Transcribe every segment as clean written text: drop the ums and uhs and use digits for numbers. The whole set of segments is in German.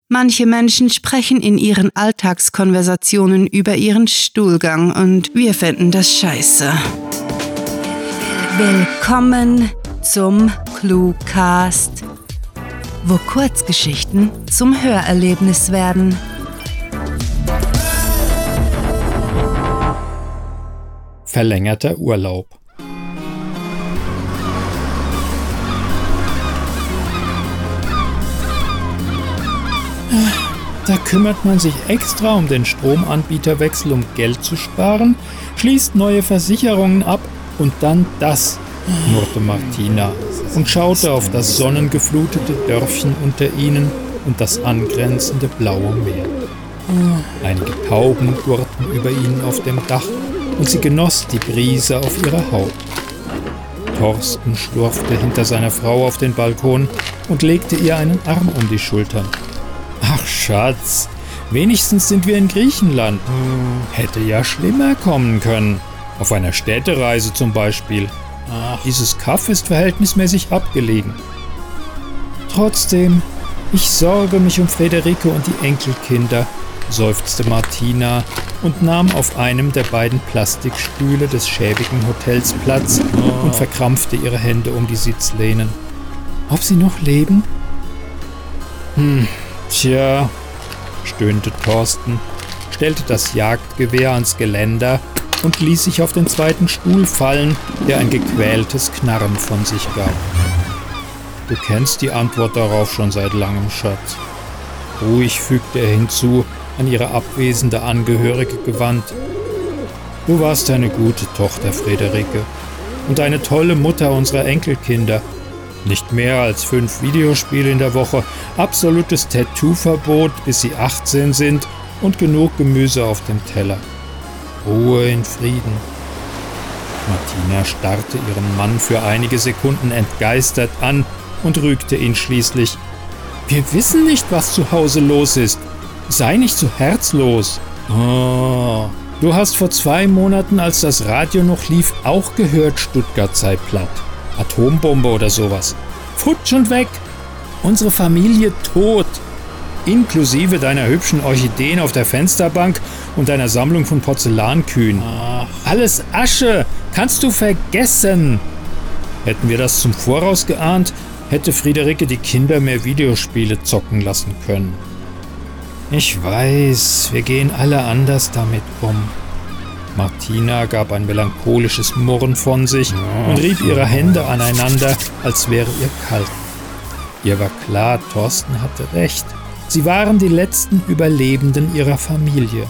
Manche Menschen sprechen in ihren Alltagskonversationen über ihren Stuhlgang und wir finden das scheiße. Willkommen zum Cluecast, wo Kurzgeschichten zum Hörerlebnis werden. Verlängerter Urlaub. Da kümmert man sich extra um den Stromanbieterwechsel, um Geld zu sparen, schließt neue Versicherungen ab und dann das, knurrte Martina und schaute auf das sonnengeflutete Dörfchen unter ihnen und das angrenzende blaue Meer. Einige Tauben gurrten über ihnen auf dem Dach und sie genoss die Brise auf ihrer Haut. Thorsten schlurfte hinter seiner Frau auf den Balkon und legte ihr einen Arm um die Schultern. Ach Schatz, wenigstens sind wir in Griechenland. Hätte ja schlimmer kommen können. Auf einer Städtereise zum Beispiel. Dieses Kaff ist verhältnismäßig abgelegen. Trotzdem, ich sorge mich um Friederike und die Enkelkinder, seufzte Martina und nahm auf einem der beiden Plastikstühle des schäbigen Hotels Platz und verkrampfte ihre Hände um die Sitzlehnen. Ob sie noch leben? Tja, stöhnte Thorsten, stellte das Jagdgewehr ans Geländer und ließ sich auf den zweiten Stuhl fallen, der ein gequältes Knarren von sich gab. Du kennst die Antwort darauf schon seit langem, Schatz. Ruhig fügte er hinzu, an ihre abwesende Angehörige gewandt. Du warst eine gute Tochter, Friederike, und eine tolle Mutter unserer Enkelkinder. Nicht mehr als 5 Videospiele in der Woche, absolutes Tattoo-Verbot, bis sie 18 sind und genug Gemüse auf dem Teller. Ruhe in Frieden. Martina starrte ihren Mann für einige Sekunden entgeistert an und rügte ihn schließlich. Wir wissen nicht, was zu Hause los ist. Sei nicht so herzlos. Du hast vor 2 Monaten, als das Radio noch lief, auch gehört, Stuttgart sei platt. Atombombe oder sowas. Futsch und weg. Unsere Familie tot. Inklusive deiner hübschen Orchideen auf der Fensterbank und deiner Sammlung von Porzellankühen. Alles Asche. Kannst du vergessen. Hätten wir das zum Voraus geahnt, hätte Friederike die Kinder mehr Videospiele zocken lassen können. Ich weiß, wir gehen alle anders damit um. Martina gab ein melancholisches Murren von sich und rieb ihre Hände aneinander, als wäre ihr kalt. Ihr war klar, Thorsten hatte recht. Sie waren die letzten Überlebenden ihrer Familie.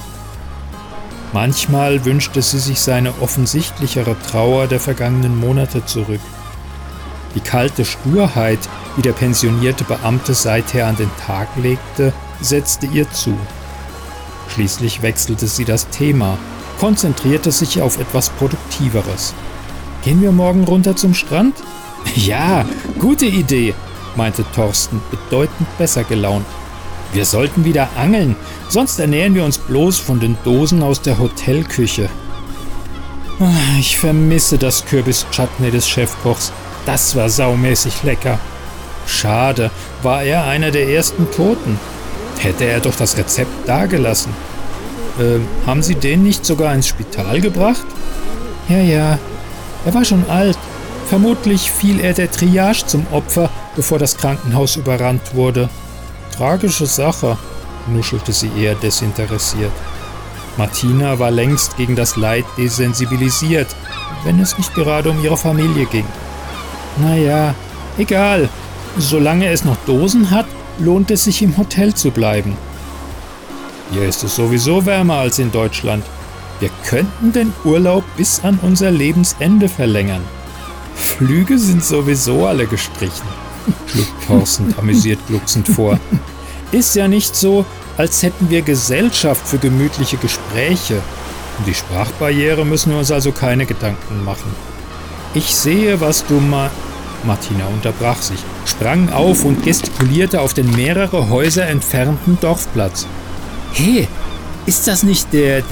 Manchmal wünschte sie sich seine offensichtlichere Trauer der vergangenen Monate zurück. Die kalte Sturheit, die der pensionierte Beamte seither an den Tag legte, setzte ihr zu. Schließlich wechselte sie das Thema, konzentrierte sich auf etwas Produktiveres. Gehen wir morgen runter zum Strand? Ja, gute Idee, meinte Thorsten, bedeutend besser gelaunt. Wir sollten wieder angeln, sonst ernähren wir uns bloß von den Dosen aus der Hotelküche. Ich vermisse das Kürbis-Chutney des Chefkochs. Das war saumäßig lecker. Schade, war er einer der ersten Toten. Hätte er doch das Rezept dagelassen. Haben Sie den nicht sogar ins Spital gebracht? Ja, er war schon alt. Vermutlich fiel er der Triage zum Opfer, bevor das Krankenhaus überrannt wurde. Tragische Sache, nuschelte sie eher desinteressiert. Martina war längst gegen das Leid desensibilisiert, wenn es nicht gerade um ihre Familie ging. Naja, egal. Solange es noch Dosen hat, lohnt es sich im Hotel zu bleiben. Hier ist es sowieso wärmer als in Deutschland. Wir könnten den Urlaub bis an unser Lebensende verlängern. Flüge sind sowieso alle gestrichen, schlug Thorsten amüsiert glucksend vor. Ist ja nicht so, als hätten wir Gesellschaft für gemütliche Gespräche. Um die Sprachbarriere müssen wir uns also keine Gedanken machen. Ich sehe, was du Martina unterbrach sich, sprang auf und gestikulierte auf den mehrere Häuser entfernten Dorfplatz. Hey, ist das nicht der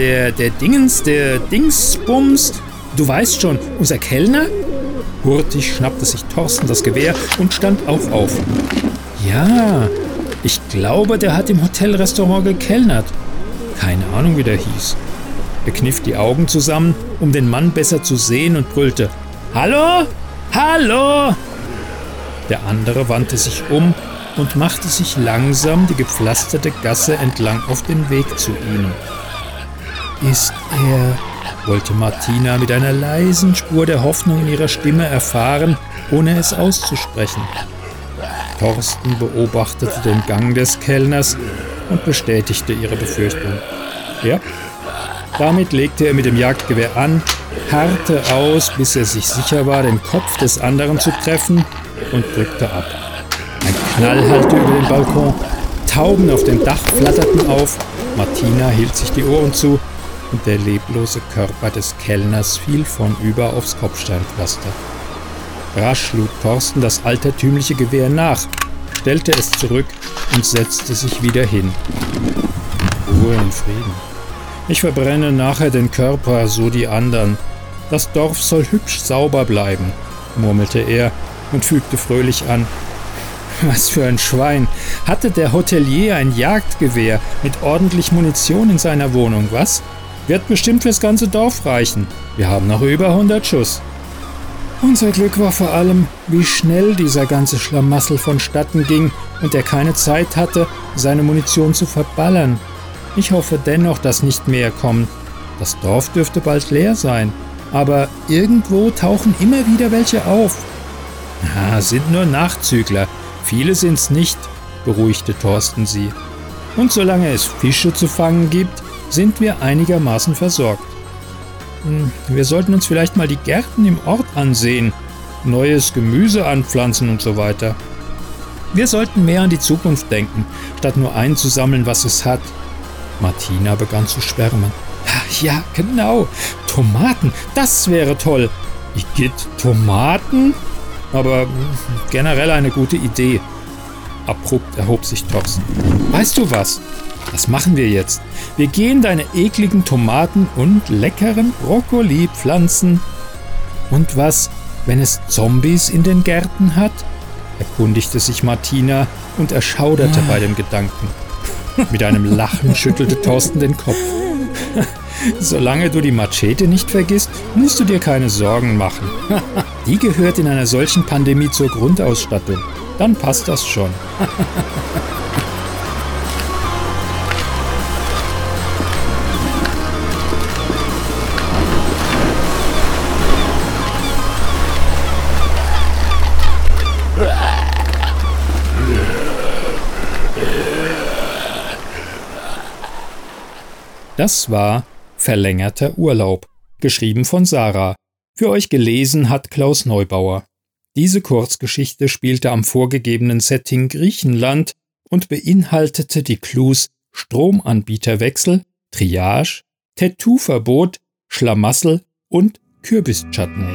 Dingsbums? Du weißt schon, unser Kellner? Hurtig schnappte sich Thorsten das Gewehr und stand auch auf. Ja, Ich glaube, der hat im Hotelrestaurant gekellnert. Keine Ahnung, wie der hieß. Er kniff die Augen zusammen, um den Mann besser zu sehen und brüllte: »Hallo? Hallo!« Der andere wandte sich um und machte sich langsam die gepflasterte Gasse entlang auf den Weg zu ihnen. »Ist er?« wollte Martina mit einer leisen Spur der Hoffnung in ihrer Stimme erfahren, ohne es auszusprechen. Thorsten beobachtete den Gang des Kellners und bestätigte ihre Befürchtung. Ja, damit legte er mit dem Jagdgewehr an, harrte aus, bis er sich sicher war, den Kopf des anderen zu treffen, und drückte ab. Ein Knall hallte über den Balkon, Tauben auf dem Dach flatterten auf, Martina hielt sich die Ohren zu und der leblose Körper des Kellners fiel vornüber aufs Kopfsteinpflaster. Rasch lud Thorsten das altertümliche Gewehr nach, stellte es zurück und setzte sich wieder hin. Ruhe und Frieden. Ich verbrenne nachher den Körper, so die anderen. Das Dorf soll hübsch sauber bleiben, murmelte er und fügte fröhlich an: Was für ein Schwein! Hatte der Hotelier ein Jagdgewehr mit ordentlich Munition in seiner Wohnung, was? Wird bestimmt fürs ganze Dorf reichen. Wir haben noch über 100 Schuss. Unser Glück war vor allem, wie schnell dieser ganze Schlamassel vonstatten ging und er keine Zeit hatte, seine Munition zu verballern. Ich hoffe dennoch, dass nicht mehr kommt. Das Dorf dürfte bald leer sein, aber irgendwo tauchen immer wieder welche auf. Sind nur Nachzügler. Viele sind's nicht, beruhigte Thorsten sie. Und solange es Fische zu fangen gibt, sind wir einigermaßen versorgt. Wir sollten uns vielleicht mal die Gärten im Ort ansehen, neues Gemüse anpflanzen und so weiter. Wir sollten mehr an die Zukunft denken, statt nur einzusammeln, was es hat. Martina begann zu schwärmen. Ja, genau. Tomaten, das wäre toll. Igitt, Tomaten? Aber generell eine gute Idee. Abrupt erhob sich Thorsten. Weißt du was? Das machen wir jetzt. Wir gehen deine ekligen Tomaten und leckeren Brokkoli pflanzen. Und was, wenn es Zombies in den Gärten hat? Erkundigte sich Martina und erschauderte bei dem Gedanken. Mit einem Lachen schüttelte Thorsten den Kopf. Solange du die Machete nicht vergisst, musst du dir keine Sorgen machen. Die gehört in einer solchen Pandemie zur Grundausstattung. Dann passt das schon. Das war Verlängerter Urlaub, geschrieben von Sarah. Für euch gelesen hat Klaus Neubauer. Diese Kurzgeschichte spielte am vorgegebenen Setting Griechenland und beinhaltete die Clues Stromanbieterwechsel, Triage, Tattoo-Verbot, Schlamassel und Kürbis-Chutney.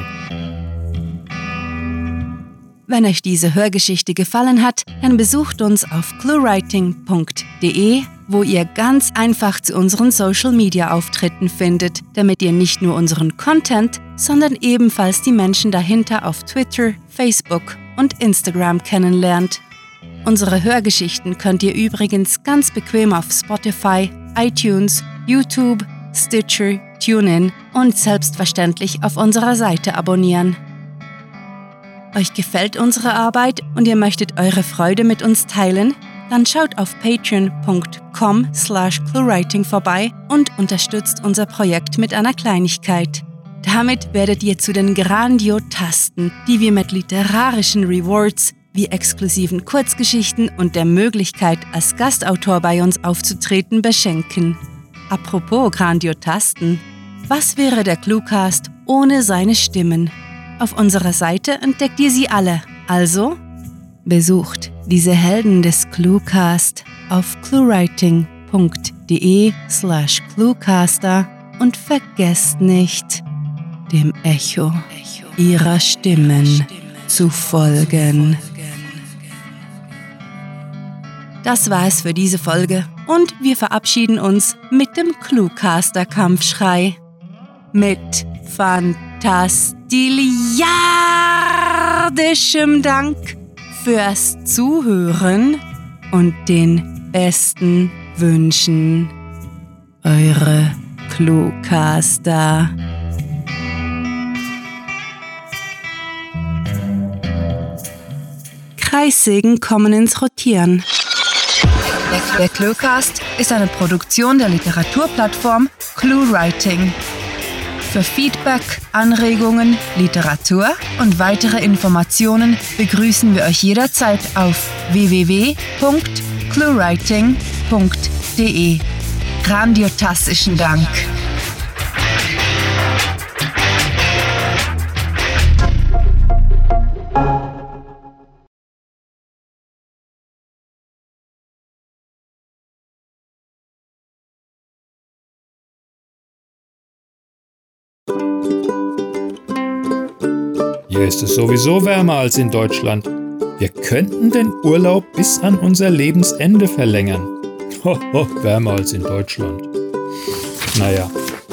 Wenn euch diese Hörgeschichte gefallen hat, dann besucht uns auf cluewriting.de, wo ihr ganz einfach zu unseren Social-Media-Auftritten findet, damit ihr nicht nur unseren Content, sondern ebenfalls die Menschen dahinter auf Twitter, Facebook und Instagram kennenlernt. Unsere Hörgeschichten könnt ihr übrigens ganz bequem auf Spotify, iTunes, YouTube, Stitcher, TuneIn und selbstverständlich auf unserer Seite abonnieren. Euch gefällt unsere Arbeit und ihr möchtet eure Freude mit uns teilen? Dann schaut auf patreon.com/cluewriting vorbei und unterstützt unser Projekt mit einer Kleinigkeit. Damit werdet ihr zu den Grandiotasten, die wir mit literarischen Rewards wie exklusiven Kurzgeschichten und der Möglichkeit, als Gastautor bei uns aufzutreten, beschenken. Apropos Grandiotasten, was wäre der Cluecast ohne seine Stimmen? Auf unserer Seite entdeckt ihr sie alle, also besucht diese Helden des Cluecast auf cluewriting.de/cluecaster und vergesst nicht, dem Echo ihrer Stimmen zu folgen. Das war es für diese Folge und wir verabschieden uns mit dem Cluecaster-Kampfschrei. Mit fantastiliardischem Dank fürs Zuhören und den besten Wünschen. Eure Cluecaster. Kreissägen kommen ins Rotieren. Der Cluecast ist eine Produktion der Literaturplattform ClueWriting. Für Feedback, Anregungen, Literatur und weitere Informationen begrüßen wir euch jederzeit auf www.cluewriting.de. Grandiotastischen Dank. Hier ist es sowieso wärmer als in Deutschland. Wir könnten den Urlaub bis an unser Lebensende verlängern. Wärmer als in Deutschland. Naja.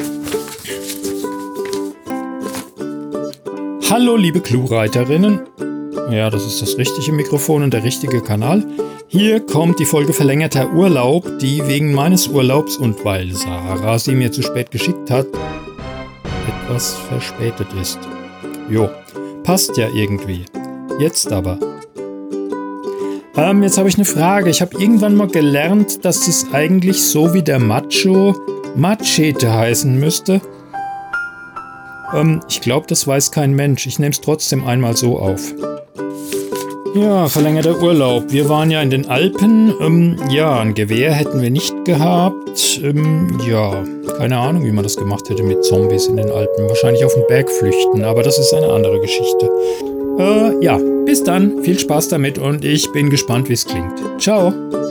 Hallo liebe Cluereiterinnen. Ja, das ist das richtige Mikrofon und der richtige Kanal. Hier kommt die Folge Verlängerter Urlaub, die wegen meines Urlaubs und weil Sarah sie mir zu spät geschickt hat, etwas verspätet ist. Jo, passt ja irgendwie. Jetzt aber. Jetzt habe ich eine Frage. Ich habe irgendwann mal gelernt, dass das eigentlich so wie der Macho Machete heißen müsste. Ich glaube, das weiß kein Mensch. Ich nehme es trotzdem einmal so auf. Ja, verlängerter Urlaub. Wir waren ja in den Alpen. Ja, ein Gewehr hätten wir nicht gehabt. Ja, keine Ahnung, wie man das gemacht hätte mit Zombies in den Alpen. Wahrscheinlich auf den Berg flüchten, aber das ist eine andere Geschichte. Ja, bis dann. Viel Spaß damit und ich bin gespannt, wie es klingt. Ciao.